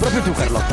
Proprio tu, Carlotta.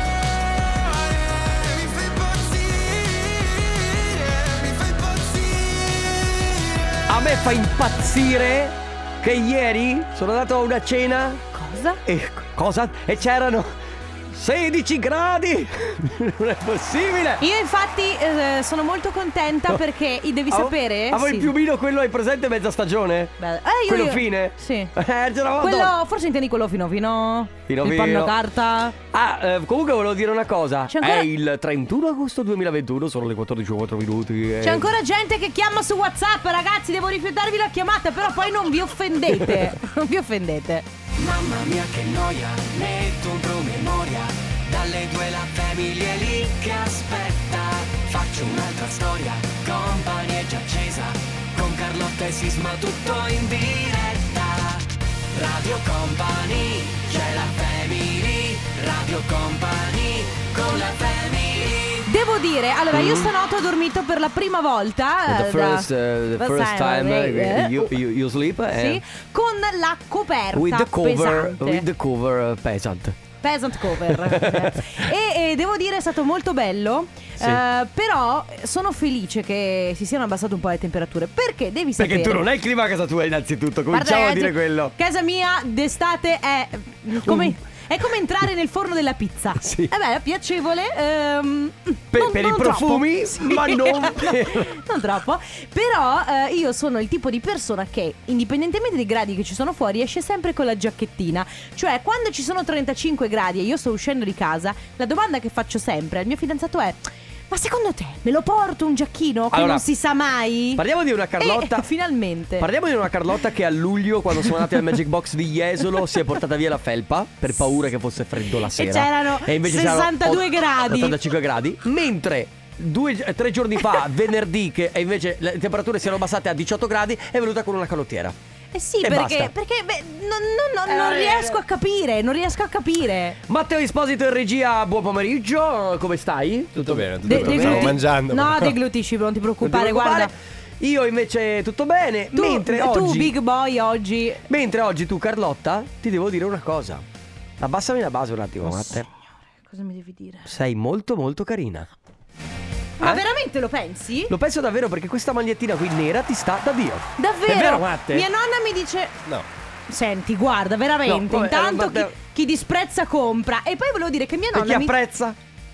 A me fa impazzire che ieri sono andato a una cena. Cosa? E c'erano 16 gradi. Non è possibile. Io infatti sono molto contenta perché devi sapere. Avevo il piumino, quello hai presente, mezza stagione? Quello fine? Sì. Quello, forse intendi quello fino il fino. panno carta. Comunque volevo dire una cosa. Ancora... È il 31 agosto 2021, sono le 14:04 minuti. C'è ancora gente che chiama su WhatsApp. Ragazzi, devo rifiutarvi la chiamata, però poi non vi offendete. Non vi offendete. Mamma mia che noia, metto un promemoria. Dalle 2 la famiglia è lì che aspetta. Faccio un'altra storia, Company è già accesa. Con Carlotta e Sisma tutto in diretta. Radio Company, c'è la family. Radio Company, con la family. Devo dire, allora io stanotte ho dormito per la prima volta. The first time you sleep. Sì, con la coperta with the pesante. cover pesant. Peasant cover. e devo dire è stato molto bello. Sì. Però sono felice che si siano abbassate un po' le temperature. Perché devi sapere. Perché tu non hai il clima a casa tua, innanzitutto. Cominciamo a dire quello. Casa mia d'estate è è come entrare nel forno della pizza. Sì. È piacevole. Per i profumi, sì. ma non non troppo. Però io sono il tipo di persona che, indipendentemente dai gradi che ci sono fuori, esce sempre con la giacchettina. Cioè, quando ci sono 35 gradi e io sto uscendo di casa, la domanda che faccio sempre al mio fidanzato è: ma secondo te me lo porto un giacchino? Che allora, non si sa mai? Parliamo di una Carlotta. Finalmente. Parliamo di una Carlotta che a luglio, quando sono andati al Magic Box di Jesolo, si è portata via la felpa per paura che fosse freddo la sera. E c'erano 62 gradi. 85 gradi. Mentre 3 giorni fa, venerdì, che invece le temperature si erano abbassate a 18 gradi, è venuta con una calottiera. Sì, e perché non riesco a capire. Non riesco a capire. Matteo Esposito in regia, buon pomeriggio. Come stai? Tutto bene, tutto bene. Stavo mangiando. No, deglutisci, non ti preoccupare, guarda. Io invece tutto bene. Tu big boy oggi. Mentre oggi tu, Carlotta, ti devo dire una cosa. Abbassami la base un attimo, Matte. Signore, cosa mi devi dire? Sei molto molto carina. Ma veramente lo pensi? Lo penso davvero, perché questa magliettina qui nera ti sta da Dio. Davvero? È vero, Matte? Mia nonna mi dice: no. Senti, guarda, veramente, no, intanto chi disprezza compra. E poi volevo dire che mia nonna e chi apprezza?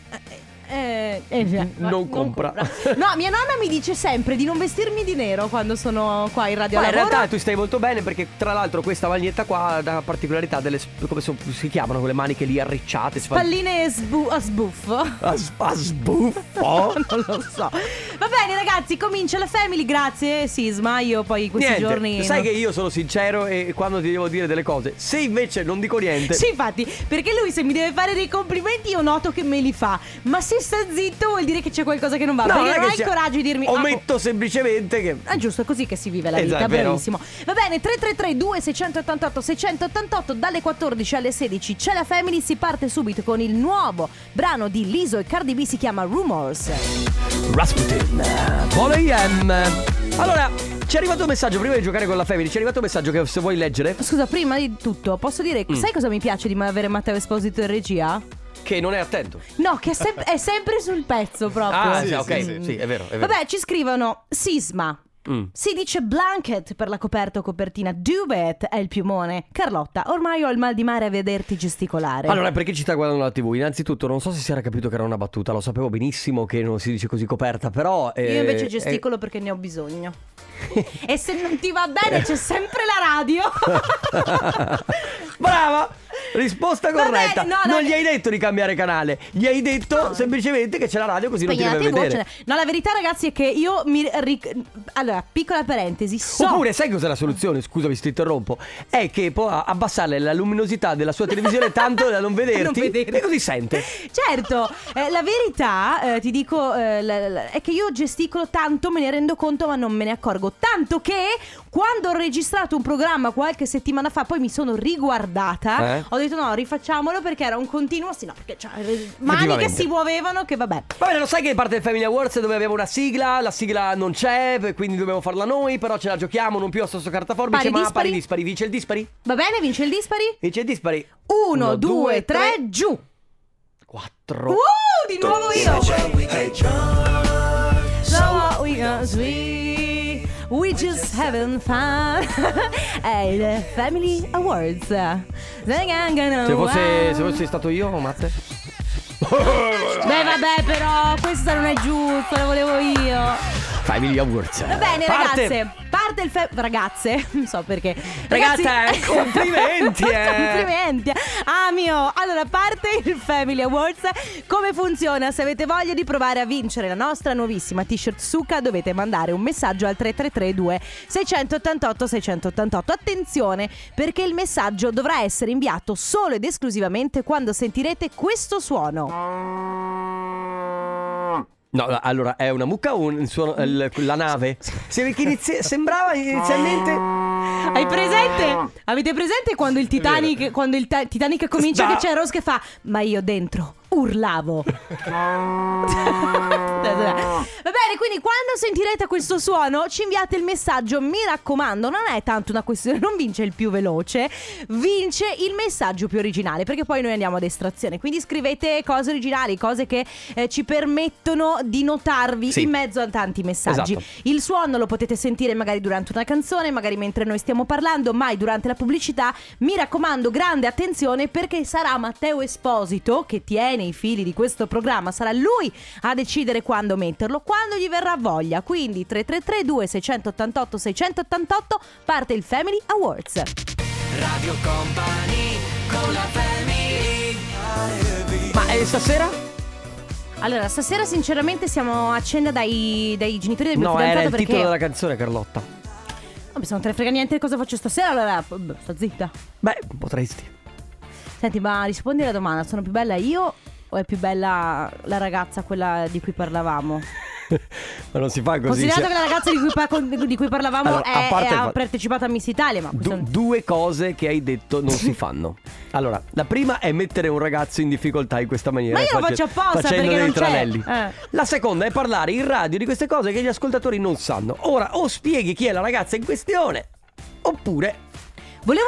Non compra. No, mia nonna mi dice sempre di non vestirmi di nero quando sono qua in radio. Ma in realtà tu stai molto bene, perché tra l'altro questa maglietta qua ha la particolarità delle, come si chiamano quelle maniche lì arricciate, palline a sbuffo. A sbuffo? Non lo so. Va bene ragazzi, comincia la family. Grazie Sisma. Io poi questi giorni sai che io sono sincero, e quando ti devo dire delle cose, se invece non dico niente. Sì, infatti, perché lui se mi deve fare dei complimenti io noto che me li fa, ma se sta zitto vuol dire che c'è qualcosa che non va. Perché non hai il coraggio di dirmi: ometto semplicemente che è giusto, è così che si vive la vita. Bravissimo. Va bene, 333 2688 688. Dalle 14 alle 16 c'è la family. Si parte subito con il nuovo brano di Lizzo e Cardi B, si chiama Rumors. Rasputin, Paul. Allora, ci è arrivato un messaggio prima di giocare con la family. Ci è arrivato un messaggio che se vuoi leggere. Scusa, prima di tutto posso dire, sai cosa mi piace di avere Matteo Esposito in regia? Che non è attento. No, che è sempre sul pezzo proprio. Ah, sì, ok, sì, è vero, è vero. Vabbè, ci scrivono Sisma. Si dice blanket per la coperta o copertina. Duvet è il piumone. Carlotta, ormai ho il mal di mare a vederti gesticolare. Allora, perché ci sta guardando la TV? Innanzitutto non so se si era capito che era una battuta. Lo sapevo benissimo che non si dice così coperta, però io invece gesticolo perché ne ho bisogno. E se non ti va bene c'è sempre la radio. Brava! Risposta corretta. Vabbè, non gli hai detto di cambiare canale, gli hai detto semplicemente che c'è la radio, così non ti deve vedere. No, la verità ragazzi è che io allora, piccola parentesi, oppure sai cos'è la soluzione? Scusami se ti interrompo. È che può abbassare la luminosità della sua televisione tanto da non vederti e così sente. Certo, la verità ti dico è che io gesticolo tanto, me ne rendo conto ma non me ne accorgo. Tanto che quando ho registrato un programma qualche settimana fa, poi mi sono riguardata, ho detto detto no, rifacciamolo perché era un continuo. Sì, no, perché mani che si muovevano, che vabbè. Va bene, lo sai che parte il Family Awards dove abbiamo una sigla. La sigla non c'è, quindi dobbiamo farla noi. Però ce la giochiamo, non più a stesso cartaforbice, ma pari dispari. Vince il dispari. Va bene, vince il dispari. Vince il dispari. 1, 2, 3, giù. 4. Di nuovo io. So we gonna sweet, we just having fun. È il Family Awards. Se fossi stato io, Matte. Beh, vabbè, però questa non è giusta, la volevo io. Family Awards. Va bene, ragazze. Parte il ragazze, non so perché. Ragazze, complimenti. Complimenti. Mio. Allora, parte il Family Awards. Come funziona? Se avete voglia di provare a vincere la nostra nuovissima t-shirt Suka, dovete mandare un messaggio al 3332 688 688. Attenzione, perché il messaggio dovrà essere inviato solo ed esclusivamente quando sentirete questo suono. No, allora è una mucca o un suono, la nave? Sembrava inizialmente. Hai presente? Avete presente quando il Titanic comincia che c'è Rose che fa ma io dentro urlavo. Va bene, quindi quando sentirete questo suono ci inviate il messaggio. Mi raccomando, non è tanto una questione, non vince il più veloce, vince il messaggio più originale, perché poi noi andiamo ad estrazione. Quindi scrivete cose originali, cose che ci permettono di notarvi in mezzo a tanti messaggi. Esatto. Il suono lo potete sentire magari durante una canzone, magari mentre noi stiamo parlando, mai durante la pubblicità. Mi raccomando, grande attenzione, perché sarà Matteo Esposito che tiene i fili di questo programma, sarà lui a decidere quando metterlo, quando gli verrà voglia. Quindi 3332 688 688 parte il Family Awards. Radio Company con la Family. Ma stasera? Allora, stasera sinceramente siamo a cena dai genitori del mio No, fidanzato, era il perché titolo della canzone, Carlotta. vabbè, se non te ne frega niente cosa faccio stasera, allora sta zitta. Beh, potresti. Senti, ma rispondi alla domanda, sono più bella io o è più bella la ragazza, quella di cui parlavamo? Ma non si fa così. Considerato che la ragazza di cui parlavamo allora, ha partecipato a Miss Italia, ma due cose che hai detto non si fanno. Allora, la prima è mettere un ragazzo in difficoltà in questa maniera. Ma io lo faccio apposta perché non tranelli. c'è. La seconda è parlare in radio di queste cose che gli ascoltatori non sanno. Ora, o spieghi chi è la ragazza in questione, oppure volevo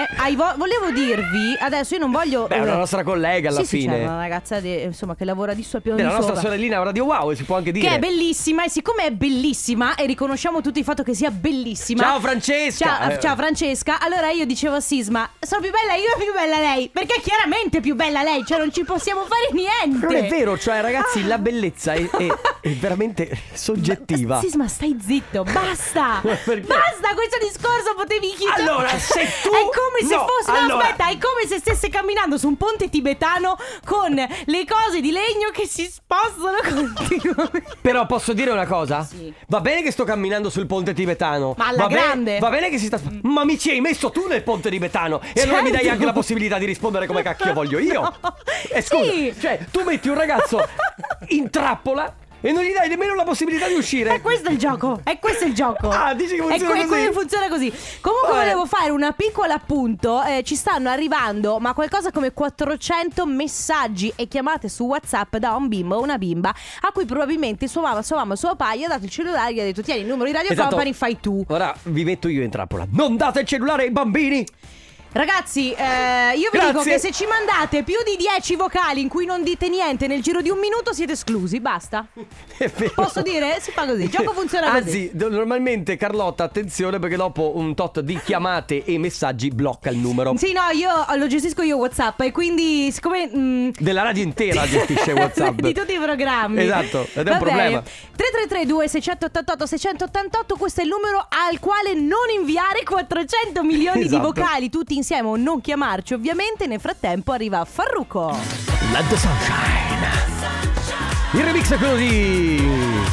dirvi, adesso io non voglio. Beh, è una nostra collega alla fine. Sì, c'è una ragazza insomma che lavora di sua più la nostra sorellina Radio Wow, si può anche dire. Che è bellissima, e siccome è bellissima e riconosciamo tutti il fatto che sia bellissima. Ciao Francesca. Ciao Francesca. Allora io dicevo a Sisma, sono più bella io o più bella lei? Perché chiaramente è più bella lei, cioè non ci possiamo fare niente. Non è vero, cioè ragazzi, la bellezza è veramente soggettiva. Sisma, stai zitto, basta. Basta, questo discorso potevi chiudere. Allora, se tu è come se fosse allora, aspetta, è come se stesse camminando su un ponte tibetano con le cose di legno che si spostano continuamente. Però posso dire una cosa? Sì. Va bene che sto camminando sul ponte tibetano, ma alla grande. Va bene che si sta. Ma mi ci hai messo tu nel ponte tibetano. E allora mi dai anche la possibilità di rispondere come cacchio voglio io. No. Scusa, sì. cioè tu metti un ragazzo in trappola e non gli dai nemmeno la possibilità di uscire. E questo è il gioco. E questo è il gioco. Dici che funziona così? Funziona così. Comunque volevo fare una piccola appunto. Ci stanno arrivando ma qualcosa come 400 messaggi e chiamate su WhatsApp da un bimbo o una bimba a cui probabilmente sua mamma, suo papà gli ha dato il cellulare e gli ha detto tieni il numero di Radio Company, fai tu. Ora vi metto io in trappola. Non date il cellulare ai bambini. Ragazzi, io vi dico che se ci mandate più di 10 vocali in cui non dite niente nel giro di un minuto siete esclusi, basta. È vero. Posso dire? Si fa così, il gioco funziona così. Anzi, normalmente Carlotta, attenzione perché dopo un tot di chiamate e messaggi blocca il numero. Sì, no, io lo gestisco io WhatsApp e quindi siccome della radio intera gestisce WhatsApp. Di tutti i programmi. Esatto, ed è un problema. 3332 688 688, questo è il numero al quale non inviare 400 milioni di vocali tutti insieme o non chiamarci ovviamente. Nel frattempo arriva Farruko. Let the sunshine. Il remix è quello di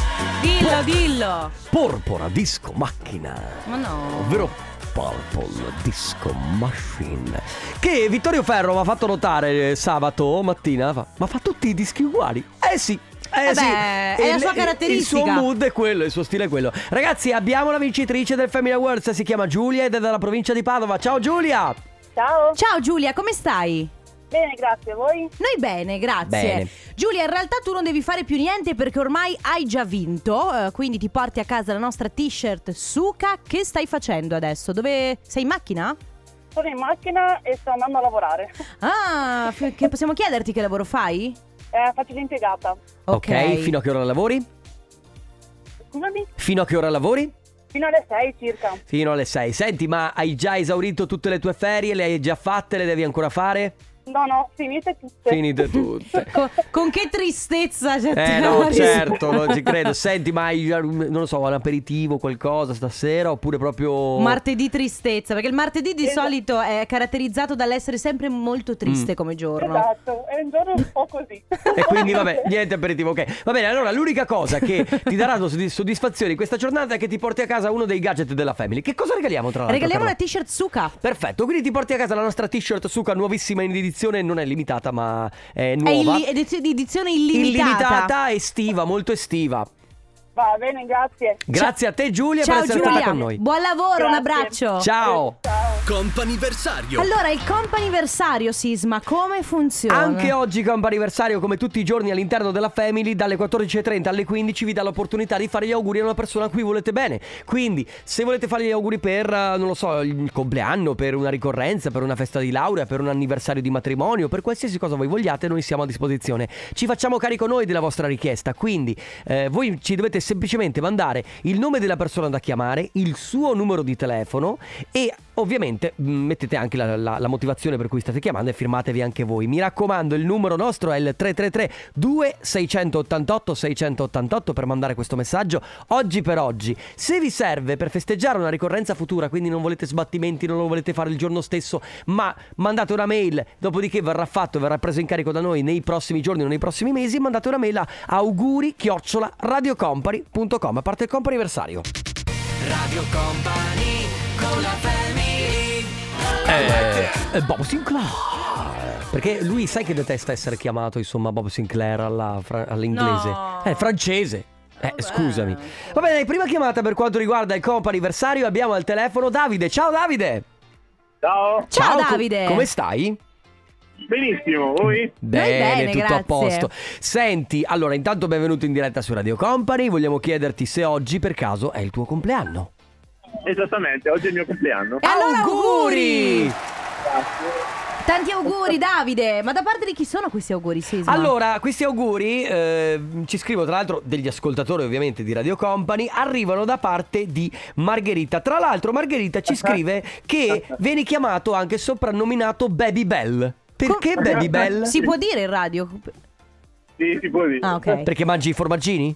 Dillo Porpora Disco Macchina. Ma no. Ovvero Purple Disco Machine, che Vittorio Ferro mi ha fatto notare sabato mattina. Ma fa tutti i dischi uguali. Sì. Vabbè, sì, è la sua caratteristica. Il suo mood è quello, il suo stile è quello. Ragazzi, abbiamo la vincitrice del Family Awards, si chiama Giulia ed è dalla provincia di Padova. Ciao Giulia. Ciao. Ciao Giulia, come stai? Bene, grazie. Voi? Noi bene, grazie. Bene. Giulia, in realtà tu non devi fare più niente perché ormai hai già vinto, quindi ti porti a casa la nostra t-shirt Suka. Che stai facendo adesso? Dove sei, in macchina? Sono in macchina e sto andando a lavorare. Ah, che possiamo chiederti che lavoro fai? Faccio l'impiegata. Ok, fino a che ora lavori? Scusami? Fino a che ora lavori? Fino alle 6 circa. Fino alle 6. Senti, ma hai già esaurito tutte le tue ferie? Le hai già fatte? Le devi ancora fare? No, finite tutte. Finite tutte. Con che tristezza. No, certo, non ci credo. Senti, ma hai, non lo so, un aperitivo, qualcosa stasera? Oppure proprio... Martedì tristezza, perché il martedì di solito è caratterizzato dall'essere sempre molto triste come giorno. Esatto, è un giorno un po' così. E quindi vabbè, niente aperitivo, ok. Va bene, allora l'unica cosa che ti darà soddisfazione in questa giornata è che ti porti a casa uno dei gadget della Family. Che cosa regaliamo tra l'altro? Regaliamo Carlo? una t-shirt Suka. Perfetto, quindi ti porti a casa la nostra t-shirt Suka, nuovissima in edizione, non è limitata ma è nuova. È edizione illimitata. Estiva, molto estiva. Va bene, grazie. Grazie a te Giulia Ciao per essere Giulia, stata con noi. buon lavoro, un Grazie. abbraccio. Ciao. Comp'anniversario. Allora, il comp'anniversario, Sisma, come funziona? Anche oggi comp'anniversario, come tutti i giorni all'interno della Family, dalle 14.30 alle 15 vi dà l'opportunità di fare gli auguri a una persona a cui volete bene. Quindi se volete fare gli auguri per, non lo so, il compleanno, per una ricorrenza, per una festa di laurea, per un anniversario di matrimonio, per qualsiasi cosa voi vogliate, noi siamo a disposizione. Ci facciamo carico noi della vostra richiesta. Quindi voi ci dovete semplicemente mandare il nome della persona da chiamare, il suo numero di telefono e ovviamente mettete anche la motivazione per cui state chiamando e firmatevi anche voi. Mi raccomando, il numero nostro è il 333 2688 688 per mandare questo messaggio oggi per oggi. Se vi serve per festeggiare una ricorrenza futura, quindi non volete sbattimenti, non lo volete fare il giorno stesso, ma mandate una mail, dopodiché verrà fatto, verrà preso in carico da noi nei prossimi giorni o nei prossimi mesi, mandate una mail a auguri@radiocompany.com. A parte il comp'anniversario. Radio Company con la Family. Bob Sinclair. Perché lui sai che detesta essere chiamato insomma Bob Sinclair all'inglese. No. È francese. Scusami. Va bene, prima chiamata per quanto riguarda il comp'anniversario abbiamo al telefono Davide. Ciao Davide. Ciao. Ciao Davide. Come stai? Benissimo, voi? bene, tutto grazie. a posto. Senti, allora intanto benvenuto in diretta su Radio Company. Vogliamo chiederti se oggi per caso è il tuo compleanno. Esattamente, oggi è il mio compleanno. E allora auguri! Tanti auguri Davide. Ma da parte di chi sono questi auguri, Sisma? Allora, questi auguri ci scrivo tra l'altro degli ascoltatori ovviamente di Radio Company, arrivano da parte di Margherita. Tra l'altro Margherita ci scrive che vieni chiamato anche soprannominato Baby Bell. Perché Baby Bell? Si può dire in radio? Sì, si può dire. Ah, ok. Perché mangi i formaggini?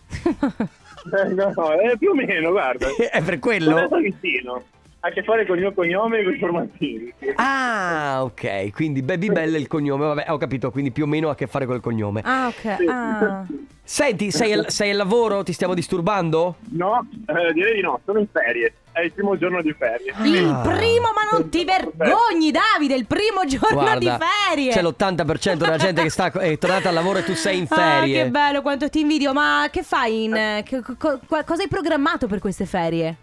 No, più o meno, guarda. È per Non quello? è vicino. Ha a che fare con il mio cognome e con i formativi. Ah, ok, quindi Baby Bell è il cognome. Vabbè, ho capito, quindi più o meno ha a che fare col cognome. Ah, ok. Ah. Senti, sei al lavoro? Ti stiamo disturbando? No, direi di no, sono in ferie. È il primo giorno di ferie. Il primo, ma non ti vergogni Davide, il primo giorno di ferie. C'è l'80% della gente che è tornata al lavoro e tu sei in ferie. Ah, che bello, quanto ti invidio. Ma che fai cosa hai programmato per queste ferie?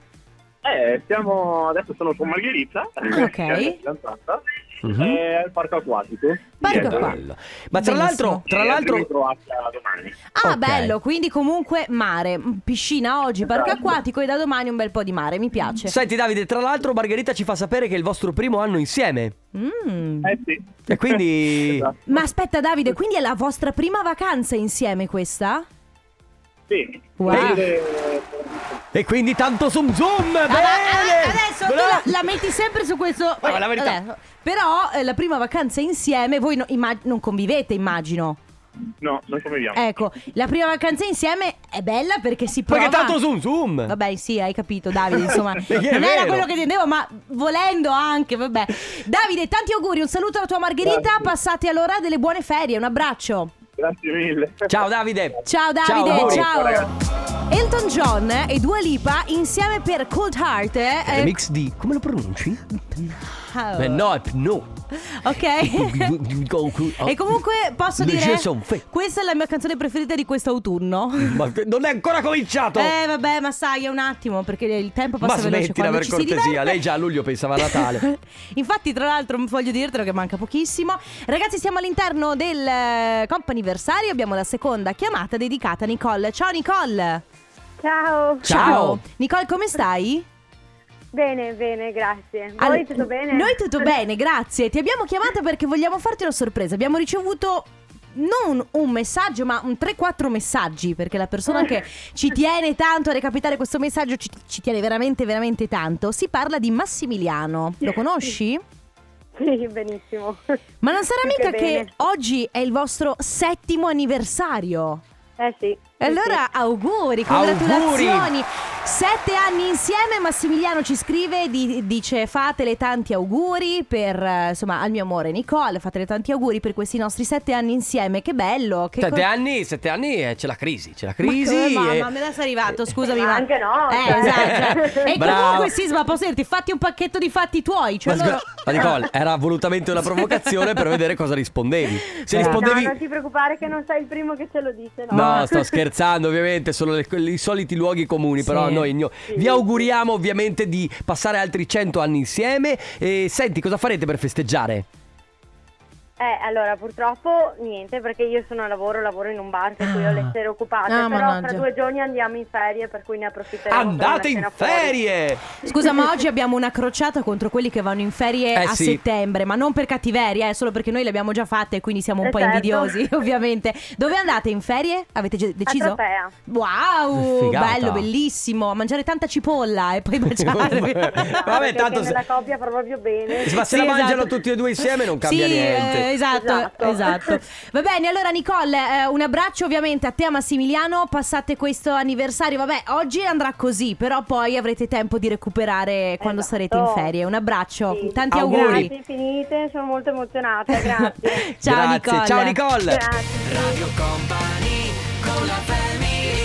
Adesso sono con Margherita, ok. che è la mia fidanzata, al parco acquatico. Parco Niente, acquatico. Ma tra l'altro in Croazia domani. Ah, Ok. bello, quindi comunque mare, piscina oggi, parco acquatico e da domani un bel po' di mare, mi piace. Senti Davide, tra l'altro Margherita ci fa sapere che è il vostro primo anno insieme. Sì. E quindi Esatto. Ma aspetta Davide, quindi è la vostra prima vacanza insieme questa? Sì. Wow. E quindi tanto zoom zoom. Bene. Adesso tu la metti sempre su questo. Ma la verità. Adesso. Però la prima vacanza insieme voi non convivete, immagino. No, non conviviamo. Ecco, la prima vacanza insieme è bella perché si prova. Perché tanto zoom zoom. Vabbè, sì, hai capito, Davide, insomma. Perché è non era vero. quello che intendevo, ma volendo anche, vabbè. Davide, tanti auguri, un saluto alla tua Margherita. Grazie. Passate allora delle buone ferie, un abbraccio. Grazie mille. Ciao Davide. Ciao Davide, auguri. ciao. Elton John e Dua Lipa insieme per Cold Heart. Remix di come lo pronunci? No, è no. Ok. E comunque posso dire, questa è la mia canzone preferita di quest'autunno. Ma non è ancora cominciato. Vabbè, ma sai, è un attimo, perché il tempo passa ma veloce smettila, quando per ci si cortesia. diverte. Lei già a luglio pensava a Natale. Infatti, tra l'altro, voglio dirtelo che manca pochissimo. Ragazzi, siamo all'interno del comp'anniversario. Abbiamo la seconda chiamata dedicata a Nicole. Ciao Nicole. Ciao. Nicole, come stai? Bene, grazie. Voi tutto bene? Noi tutto bene, grazie. Ti abbiamo chiamata perché vogliamo farti una sorpresa. Abbiamo ricevuto non un messaggio, ma un 3-4 messaggi, perché la persona che ci tiene tanto a recapitare questo messaggio ci tiene veramente, veramente tanto. Si parla di Massimiliano. Lo conosci? Sì, benissimo. Ma non sarà Più mica che che bene. oggi è il vostro 7° anniversario? Sì. E allora auguri, congratulazioni. Auguri. 7 anni insieme. Massimiliano ci scrive, dice: fatele tanti auguri per, insomma, al mio amore Nicole, fatele tanti auguri per questi nostri 7 anni insieme. Che bello. 7 anni c'è la crisi. Ma come, mamma, me ne sei arrivato, scusami. Ma anche no. Esatto. E Bravo. comunque Sisma, posso dirti, fatti un pacchetto di fatti tuoi, cioè loro... Ma Nicole, era volutamente una provocazione per vedere cosa rispondevi. Se rispondevi... No, non ti preoccupare che non sei il primo che ce lo dice, no? No, sto scherzando, ovviamente, sono i soliti luoghi comuni. Però Sì. noi vi auguriamo ovviamente di passare altri 100 anni insieme. E senti, cosa farete per festeggiare? Allora, purtroppo niente, perché io sono a lavoro in un bar, per cui ho le sere occupate. Ah, però mannaggia. fra 2 giorni andiamo in ferie, per cui ne approfitteremo. per Andate una in cena fuori. ferie! Scusa, ma oggi abbiamo una crociata contro quelli che vanno in ferie a sì. settembre. Ma non per cattiveria, solo perché noi le abbiamo già fatte e quindi siamo un po' Certo. invidiosi, ovviamente. Dove andate in ferie? Avete già deciso? A Tropea. Wow, Figata. bello, bellissimo. Mangiare tanta cipolla e poi baciarvi. Vabbè, Perché tanto nella coppia fa proprio bene. ma se Sì, la mangiano esatto. tutti e due insieme non cambia Sì, niente. esatto. Va bene, allora Nicole, un abbraccio ovviamente a te, a Massimiliano. Passate questo anniversario. Vabbè, oggi andrà così, però poi avrete tempo di recuperare quando Esatto. sarete in ferie. Un abbraccio, Sì. tanti Auguri. auguri. Grazie infinite, sono molto emozionata, grazie. Ciao Grazie. Nicole. Ciao Nicole. Grazie. Radio Company con la family.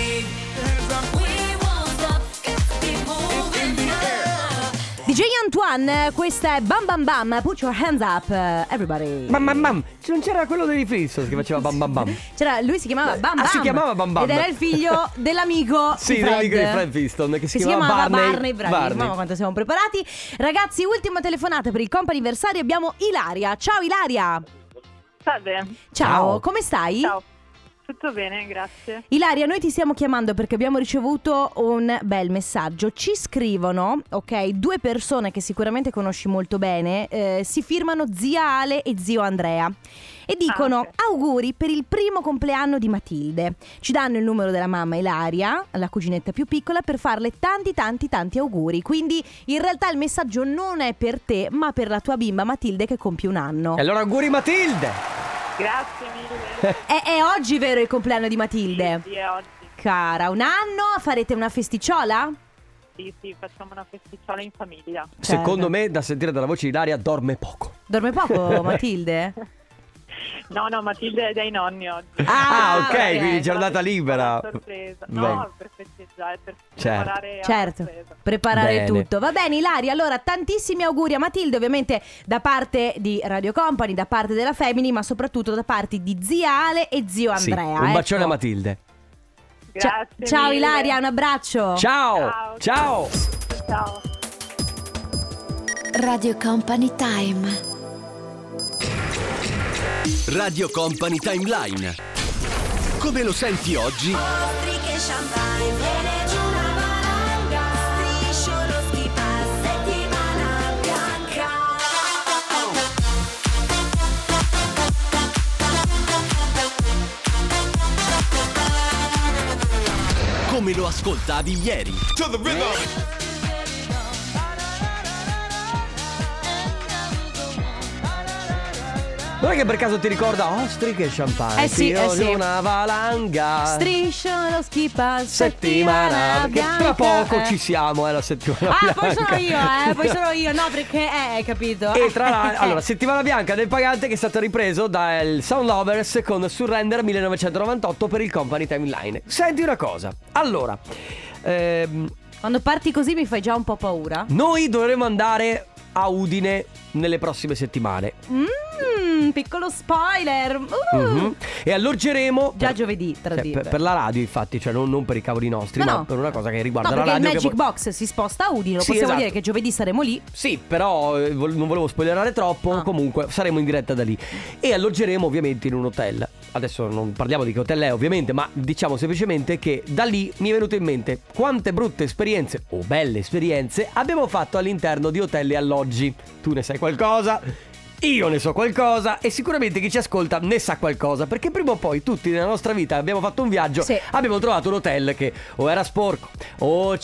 DJ Antoine, questa è Bam Bam Bam. Put your hands up, everybody. Mam. Non c'era quello dei Flintstones che faceva bam bam bam? Lui si chiamava Bam Bam. si chiamava Bam Bam. Ed era il figlio dell'amico Sì, di Fred. dell'amico di Fred Flintstone che si chiamava chiamava Barney. Barney. Mamma quanto siamo preparati. Ragazzi, ultima telefonata per il comp'anniversario. Abbiamo Ilaria. Ciao Ilaria. Salve. Ciao, come stai? Ciao. Tutto bene, grazie. Ilaria, noi ti stiamo chiamando perché abbiamo ricevuto un bel messaggio. Ci scrivono, ok, 2 persone che sicuramente conosci molto bene, si firmano zia Ale e zio Andrea e dicono ok. auguri per il primo compleanno di Matilde. Ci danno il numero della mamma Ilaria, la cuginetta più piccola, per farle tanti auguri. Quindi in realtà il messaggio non è per te, ma per la tua bimba Matilde che compie 1 anno. E allora auguri Matilde. Grazie mille. È oggi vero il compleanno di Matilde? Sì, è oggi. Cara, 1 anno, farete una festiciola? Sì, facciamo una festiciola in famiglia. Secondo me, da sentire dalla voce di Ilaria, dorme poco. Dorme poco Matilde? No, Matilde è dai nonni oggi. Ah, ok, ok. quindi giornata libera. Una sorpresa. Bene. No, per festeggiare, per preparare la Certo, sorpresa. preparare Bene. tutto. Va bene Ilaria, allora tantissimi auguri a Matilde, ovviamente da parte di Radio Company, da parte della Family, ma soprattutto da parte di zia Ale e zio Sì, Andrea. un bacione ecco. a Matilde. Grazie Ciao mille. Ilaria, un abbraccio. Ciao. Ciao. Ciao. Radio Company Time. Radio Company Timeline. Come lo senti oggi? Come lo ascoltavi ieri? Non è che per caso ti ricorda ostriche e champagne? Eh sì, Tiro eh sì. di una valanga. Striscio lo schipa Settimana che tra poco ci siamo. siamo, la settimana Ah, poi bianca. sono io, no, perché hai capito? E tra l'altro, allora, settimana bianca del pagante che è stato ripreso dal Sound Lovers con Surrender 1998 per il Company Timeline. Senti una cosa, allora, Quando parti così mi fai già un po' paura. noi dovremo andare a Udine nelle prossime settimane. Piccolo spoiler. E alloggeremo Già giovedì, tra dire. per la radio, infatti, cioè non per i cavoli nostri, ma per una cosa che riguarda la perché radio. il Magic Box si sposta a Udine, lo possiamo dire che giovedì saremo lì. Sì, però non volevo spoilerare troppo. Comunque saremo in diretta da lì. E alloggeremo ovviamente in un hotel. Adesso non parliamo di che hotel è, ovviamente, ma diciamo semplicemente che da lì mi è venuto in mente quante brutte esperienze o belle esperienze abbiamo fatto all'interno di hotel e alloggi. Tu ne sai qualcosa? Io ne so qualcosa e sicuramente chi ci ascolta ne sa qualcosa, perché prima o poi tutti nella nostra vita abbiamo fatto un viaggio, abbiamo trovato un hotel che o era sporco o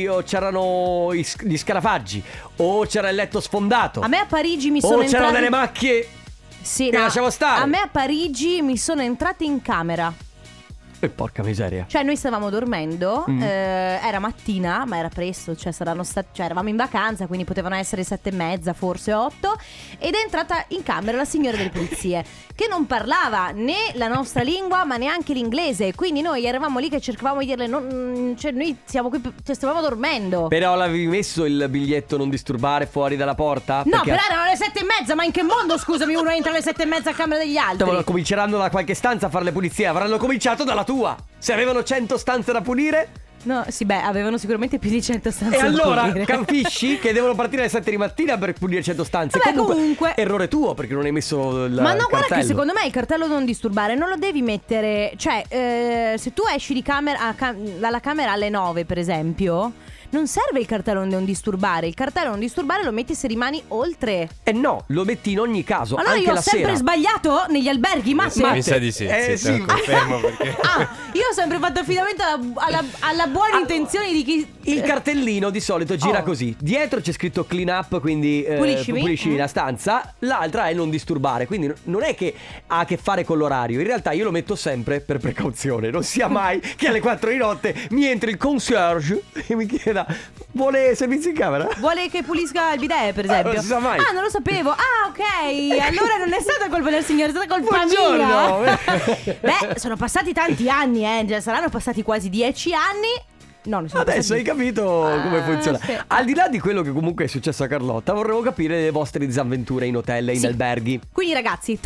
c'erano gli scarafaggi o c'era il letto sfondato. A me a Parigi mi sono c'erano delle macchie che lasciamo stare. A me a Parigi mi sono entrate in camera. E porca miseria. Cioè noi stavamo dormendo, era mattina, ma era presto, cioè eravamo in vacanza, quindi potevano essere 7:30, forse 8. Ed è entrata in camera la signora delle pulizie, che non parlava né la nostra lingua ma neanche l'inglese. Quindi noi eravamo lì che cercavamo di dirle cioè noi siamo qui, stavamo dormendo. Però l'avevi messo il biglietto non disturbare fuori dalla porta? No, però erano le 7:30, ma in che mondo, scusami, uno entra alle 7:30 a camera degli altri? Cominceranno da qualche stanza a fare le pulizie. Avranno cominciato dalla tua. Se avevano 100 stanze da pulire. No, sì, beh, avevano sicuramente più di 100 stanze. E allora da pulire. capisci che devono partire alle 7 di mattina per pulire 100 stanze. Vabbè, comunque errore tuo, perché non hai messo il Ma no, cartello. guarda che secondo me il cartello non disturbare non lo devi mettere. Cioè, se tu esci di dalla camera alle 9, per esempio, non serve il cartello non disturbare. Il cartello non disturbare lo metti se rimani oltre. No, lo metti in ogni caso. Allora anche io ho la sempre sera. sbagliato negli alberghi, Matteo. Mi sa di sì, te lo confermo perché... Io ho sempre fatto affidamento alla buona intenzione di chi. Il cartellino di solito gira così. Dietro c'è scritto clean up, quindi pulisci la stanza. L'altra è non disturbare. Quindi non è che ha a che fare con l'orario. In realtà io lo metto sempre per precauzione. Non sia mai che alle 4 di notte mi entri il concierge e mi chieda: vuole servizio in camera? Vuole che pulisca il bidet, per esempio? Non si sa mai. Non lo sapevo. Ok. Allora non è stata colpa del signore, è stata colpa Buongiorno. mia. Beh, sono passati tanti anni, già saranno passati quasi 10 anni. No, non sono Adesso passati. hai capito come funziona. Sì. Al di là di quello che comunque è successo a Carlotta, vorremmo capire le vostre disavventure in hotel e in alberghi. Quindi ragazzi,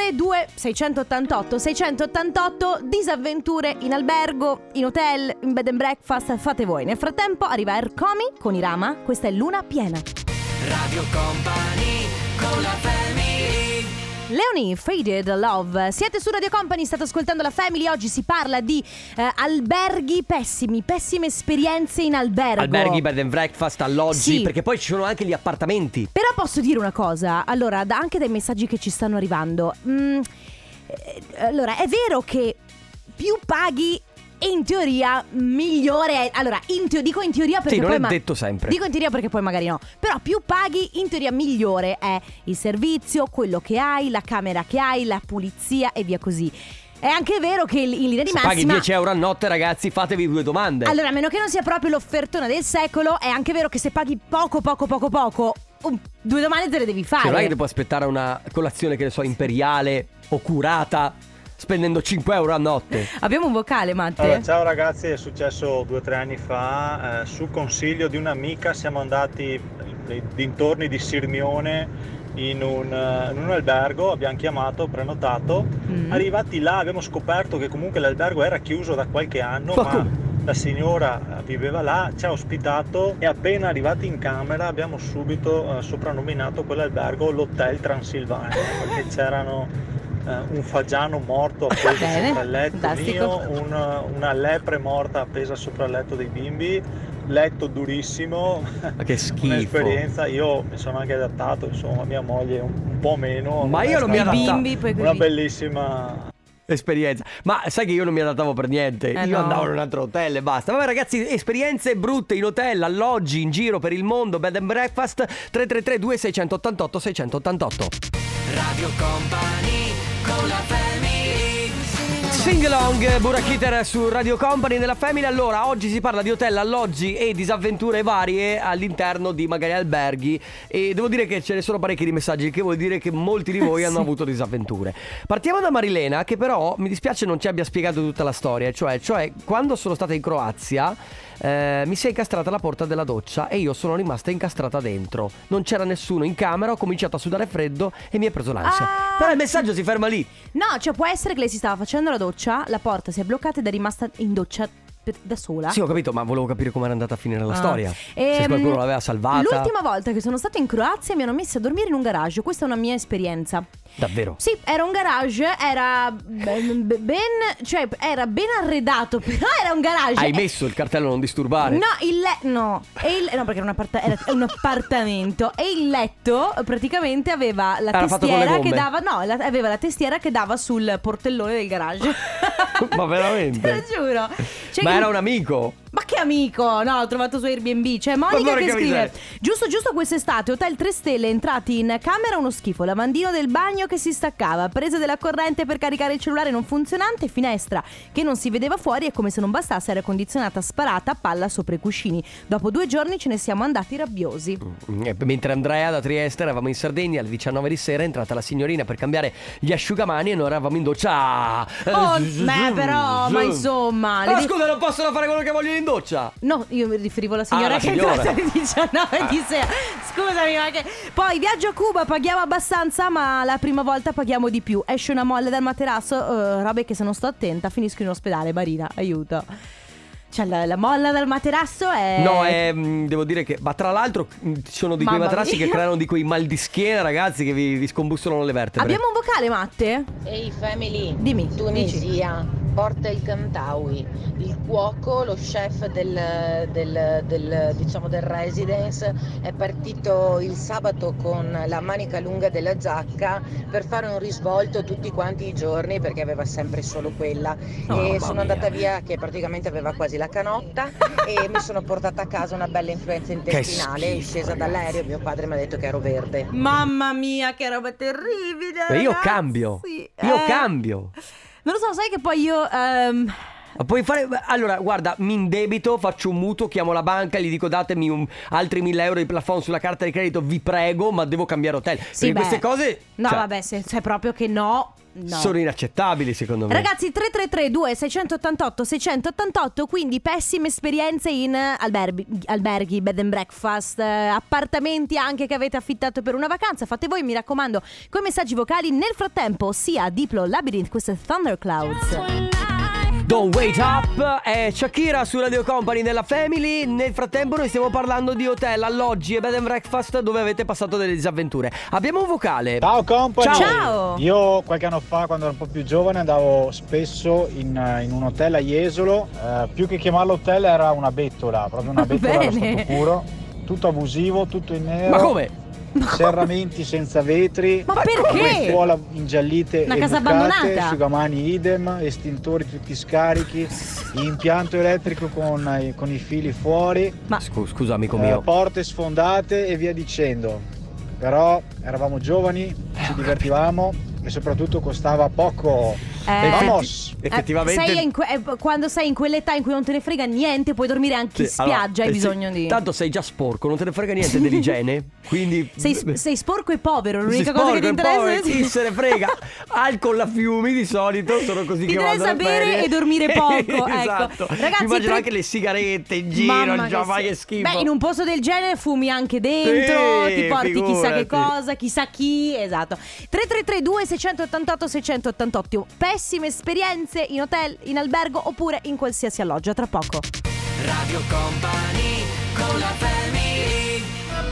333-2688-688, disavventure in albergo, in hotel, in bed and breakfast, fate voi. Nel frattempo arriva Ercomi con Irama, questa è Luna Piena. Radio Company con la family. Leonie, Faded Love. Siete su Radio Company, state ascoltando la Family. Oggi si parla di alberghi pessime esperienze in albergo. Alberghi, bed and breakfast, alloggi, perché poi ci sono anche gli appartamenti. Però posso dire una cosa, allora, anche dai messaggi che ci stanno arrivando. Allora, è vero che più paghi, in teoria migliore è. Allora, dico in teoria perché non poi è detto sempre. Dico in teoria perché poi magari no. Però più paghi, in teoria migliore è il servizio, quello che hai, la camera che hai, la pulizia e via così. È anche vero che in linea di Se massima paghi 10 euro a notte, ragazzi, fatevi 2 domande. Allora, a meno che non sia proprio l'offertona del secolo, è anche vero che se paghi poco 2 domande te le devi fare. Cioè, non è che ti puoi aspettare una colazione, che ne so, imperiale o curata spendendo 5 euro a notte. Abbiamo un vocale, Matte. Allora, ciao ragazzi, è successo 2 o 3 anni fa, su consiglio di un'amica siamo andati nei dintorni di Sirmione in un albergo, abbiamo chiamato, prenotato, arrivati là abbiamo scoperto che comunque l'albergo era chiuso da qualche anno, ma la signora viveva là, ci ha ospitato e appena arrivati in camera abbiamo subito soprannominato quell'albergo l'Hotel Transilvania, perché c'erano un fagiano morto appeso sopra il letto mio, una lepre morta appesa sopra il letto dei bimbi, letto durissimo. Ma che schifo. Un'esperienza, io mi sono anche adattato, insomma, mia moglie un po' meno. Ma io non mi adattavo. Una bellissima esperienza. Ma sai che io non mi adattavo per niente. Io andavo in un altro hotel e basta. Vabbè ragazzi, esperienze brutte in hotel, alloggi in giro per il mondo, bed and breakfast. 333 2688 688. Radio Company con la family. Sing along, Burakiter su Radio Company nella Family. Allora, oggi si parla di hotel, alloggi e disavventure varie all'interno di magari alberghi. E devo dire che ce ne sono parecchi di messaggi, il che vuol dire che molti di voi hanno avuto disavventure. Partiamo da Marilena, che però mi dispiace non ci abbia spiegato tutta la storia. Cioè quando sono stata in Croazia, mi si è incastrata la porta della doccia e io sono rimasta incastrata dentro. Non c'era nessuno in camera, ho cominciato a sudare freddo e mi è preso l'ansia. Però il messaggio si ferma lì. No, cioè può essere che lei si stava facendo la doccia, la porta si è bloccata ed è rimasta in doccia da sola. Sì, ho capito, ma volevo capire come era andata a finire la storia. Se qualcuno l'aveva salvata. L'ultima volta che sono stata in Croazia mi hanno messo a dormire in un garage. Questa è una mia esperienza. Davvero? Sì, era un garage, era era ben arredato, però era un garage. Hai messo il cartello non disturbare? No, perché era un appartamento. E il letto praticamente aveva la testiera che dava. No, aveva la testiera che dava sul portellone del garage. Ma veramente? Te lo giuro. Cioè, ma era un amico? Ma che amico? No, l'ho trovato su Airbnb. C'è Monica che scrive: giusto quest'estate, hotel 3 stelle, entrati in camera uno schifo, lavandino del bagno che si staccava, presa della corrente per caricare il cellulare non funzionante, finestra che non si vedeva fuori e come se non bastasse aria condizionata sparata a palla sopra i cuscini. Dopo 2 giorni ce ne siamo andati rabbiosi. Mentre Andrea da Trieste eravamo in Sardegna alle 19 di sera, è entrata la signorina per cambiare gli asciugamani e noi eravamo in doccia. Ma insomma, ma scusa, non possono fare quello che vogliono in doccia? No, io mi riferivo alla signora che è entrata alle 19 di sera. Scusami, ma che... Poi viaggio a Cuba, paghiamo abbastanza, ma la prima volta paghiamo di più. Esce una molla dal materasso, robe che se non sto attenta finisco in ospedale. Marina, aiuto. Cioè la molla dal materasso è... No, devo dire che... Ma tra l'altro ci sono di quei materassi che creano di quei mal di schiena, ragazzi, che vi scombussolano le vertebre. Abbiamo un vocale, Matte? Ehi family, dimmi. Tunisia, Porta el Kantaoui, il cuoco, lo chef del residence è partito il sabato con la manica lunga della giacca per fare un risvolto tutti quanti i giorni perché aveva sempre solo quella e sono andata via che praticamente aveva quasi la canotta e mi sono portata a casa una bella influenza intestinale. Scesa dall'aereo mio padre mi ha detto che ero verde. Mamma mia, che roba terribile. Ma io cambio. Non lo so, sai che poi io... Puoi fare... Allora, guarda, mi indebito, faccio un mutuo, chiamo la banca, gli dico datemi altri 1.000 euro di plafond sulla carta di credito, vi prego, ma devo cambiare hotel. Perché queste cose... No, vabbè, se proprio che no... sono inaccettabili secondo me. Ragazzi, 333-2688-688. Quindi pessime esperienze in alberghi, bed and breakfast, appartamenti anche che avete affittato per una vacanza. Fate voi, mi raccomando, con i messaggi vocali. Nel frattempo sia Diplo Labyrinth, questo è Thunderclouds. Don't Wait Up è Shakira su Radio Company nella Family. Nel frattempo noi stiamo parlando di hotel, alloggi e bed and breakfast dove avete passato delle disavventure. Abbiamo un vocale. Ciao Company. Ciao. Io qualche anno fa, quando ero un po' più giovane, andavo spesso in un hotel a Jesolo. Più che chiamarlo hotel era una bettola, proprio una bettola allo stato puro. Tutto abusivo, tutto in nero. Ma come? Serramenti senza vetri. Ma perché? Scuola ingiallite una e casa bucate, abbandonata. asciugamani idem, estintori tutti scarichi, impianto elettrico con i fili fuori. Ma scusa amico mio. Porte sfondate e via dicendo. Però eravamo giovani, ci divertivamo e soprattutto costava poco. Vamos! Effettivamente quando sei in quell'età in cui non te ne frega niente, puoi dormire anche in spiaggia, hai bisogno di... Tanto sei già sporco, non te ne frega niente dell'igiene. Quindi sei sporco e povero, l'unica cosa che ti interessa chi se ne frega. Alcol a fiumi di solito sono così ti che vanno interessa bere e dormire poco. Esatto. Ecco. Ragazzi, immagino anche le sigarette in giro, già vai che schifo. Beh, in un posto del genere fumi anche dentro, ti porti chissà che cosa, chissà chi. Esatto. 333-2688-688. Pessime esperienze in hotel, in albergo oppure in qualsiasi alloggio. Tra poco. Radio Company con la Family.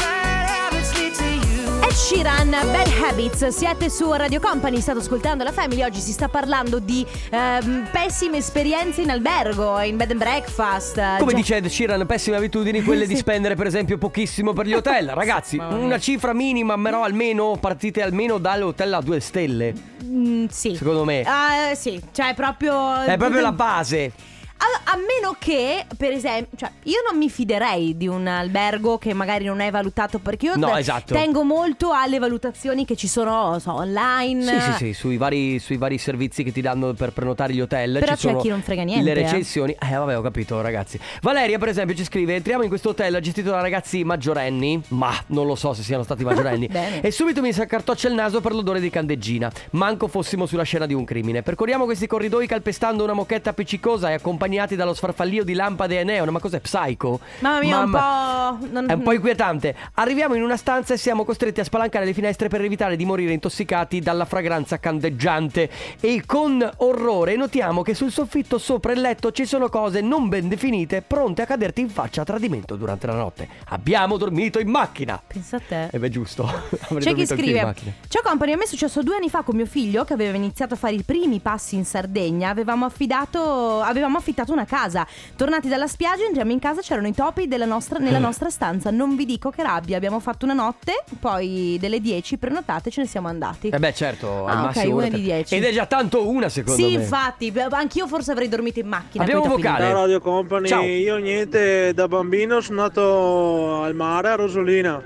Ed Sheeran, Bad Habits. Siete su Radio Company, state ascoltando la Family. Oggi si sta parlando di pessime esperienze in albergo, in bed and breakfast. Come dice Ed Sheeran, pessime abitudini quelle di spendere per esempio pochissimo per gli hotel. Ragazzi, una cifra minima, però almeno partite almeno dall'hotel a 2 stelle. Sì. Secondo me sì, cioè è proprio la base. a meno che, per esempio, cioè io non mi fiderei di un albergo che magari non è valutato, perché io esatto. tengo molto alle valutazioni che ci sono online. Sì, sui vari servizi che ti danno per prenotare gli hotel. Però ci c'è sono chi non frega niente. le recensioni. Vabbè, ho capito, ragazzi. Valeria, per esempio, ci scrive: entriamo in questo hotel gestito da ragazzi maggiorenni, ma non lo so se siano stati maggiorenni. E subito mi si accartoccia il naso per l'odore di candeggina. Manco fossimo sulla scena di un crimine. Percorriamo questi corridoi calpestando una moquetta appiccicosa e accompagnati dallo sfarfallio di lampade e neon. Ma cos'è, Psycho? Mamma mia, è un po' inquietante. Arriviamo in una stanza e siamo costretti a spalancare le finestre per evitare di morire intossicati dalla fragranza candeggiante. E con orrore notiamo che sul soffitto sopra il letto ci sono cose non ben definite, pronte a caderti in faccia a tradimento durante la notte. Abbiamo dormito in macchina. Pensa a te. Beh, giusto. C'è chi scrive: ciao company, a me è successo 2 anni fa con mio figlio che aveva iniziato a fare i primi passi in Sardegna. Avevamo affittato una casa. Tornati dalla spiaggia, entriamo in casa, c'erano i topi nella nostra stanza. Non vi dico che rabbia. Abbiamo fatto una notte, poi delle 10 prenotate, ce ne siamo andati. Beh, certo, al massimo una di 10. Ed è già tanto una, secondo me. Sì, infatti, anch'io forse avrei dormito in macchina. Abbiamo un vocale. Ciao Radio Company. Ciao. Io niente, da bambino sono andato al mare a Rosolina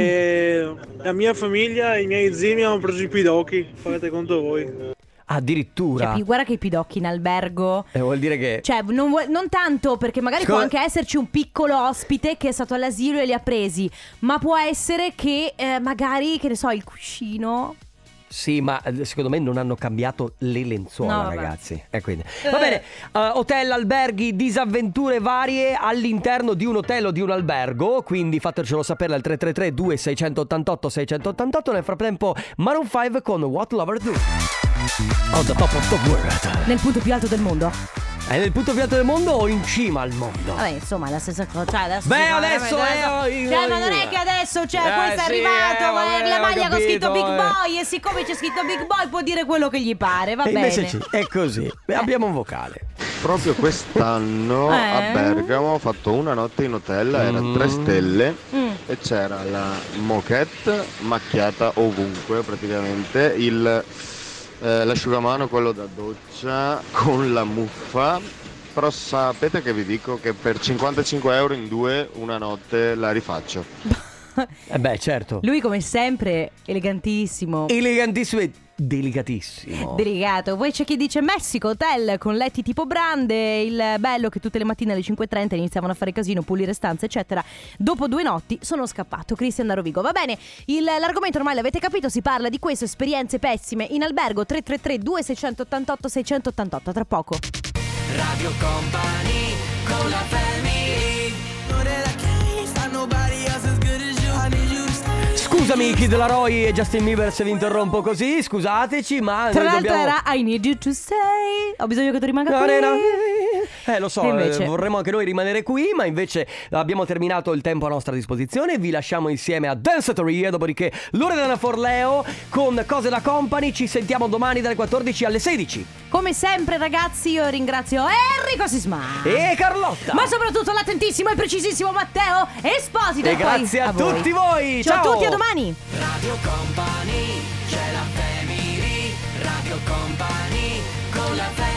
e la mia famiglia, i miei zii mi hanno preso i pidocchi, fate conto voi. Addirittura. Cioè, guarda che i pidocchi in albergo vuol dire che, cioè non tanto, perché magari può anche esserci un piccolo ospite che è stato all'asilo e li ha presi, ma può essere che magari, che ne so, il cuscino. Sì, ma secondo me non hanno cambiato le lenzuola, no, ragazzi. E quindi va bene, hotel, alberghi, disavventure varie all'interno di un hotel o di un albergo. Quindi fatecelo sapere al 333 2688 688. Nel frattempo Maroon 5 con What Lovers Do. On the top of the world. Nel punto più alto del mondo. È nel punto più alto del mondo o in cima al mondo? Vabbè, insomma, è la stessa cosa. Cioè, adesso cioè, ma non è che adesso, questo è arrivato, la maglia con scritto Big Boy, e siccome c'è scritto Big Boy può dire quello che gli pare, va bene. Invece è così. Abbiamo un vocale. Proprio quest'anno a Bergamo ho fatto una notte in hotel, era 3 stelle e c'era la moquette macchiata ovunque praticamente, l'asciugamano, quello da doccia con la muffa. Però sapete che vi dico che per 55 euro in 2 una notte la rifaccio. Beh, certo. Lui come sempre elegantissimo. Elegantissimo e delicatissimo. Delicato. Poi c'è chi dice Messico, hotel con letti tipo brande. Il bello che tutte le mattine alle 5:30 iniziavano a fare casino, pulire stanze eccetera. Dopo 2 notti sono scappato. Cristian da Rovigo. Va bene, l'argomento ormai l'avete capito. Si parla di questo, esperienze pessime in albergo. 333 2688 688. Tra poco Radio Company con la family. Scusami Kid Laroi e Justin Bieber se vi interrompo così, scusateci, ma tra l'altro dobbiamo... era I need you to stay. Ho bisogno che tu rimanga qui. Lo so, invece... vorremmo anche noi rimanere qui, ma invece abbiamo terminato il tempo a nostra disposizione. Vi lasciamo insieme a Danceteria, dopodiché Loredana Forleo con Cose da Company. Ci sentiamo domani dalle 14 alle 16. Come sempre ragazzi, io ringrazio Enrico Sisma e Carlotta, ma soprattutto l'attentissimo e precisissimo Matteo Esposito. E grazie a tutti voi. Ciao a tutti, a domani. Radio Company, c'è la family. Radio Company con la family.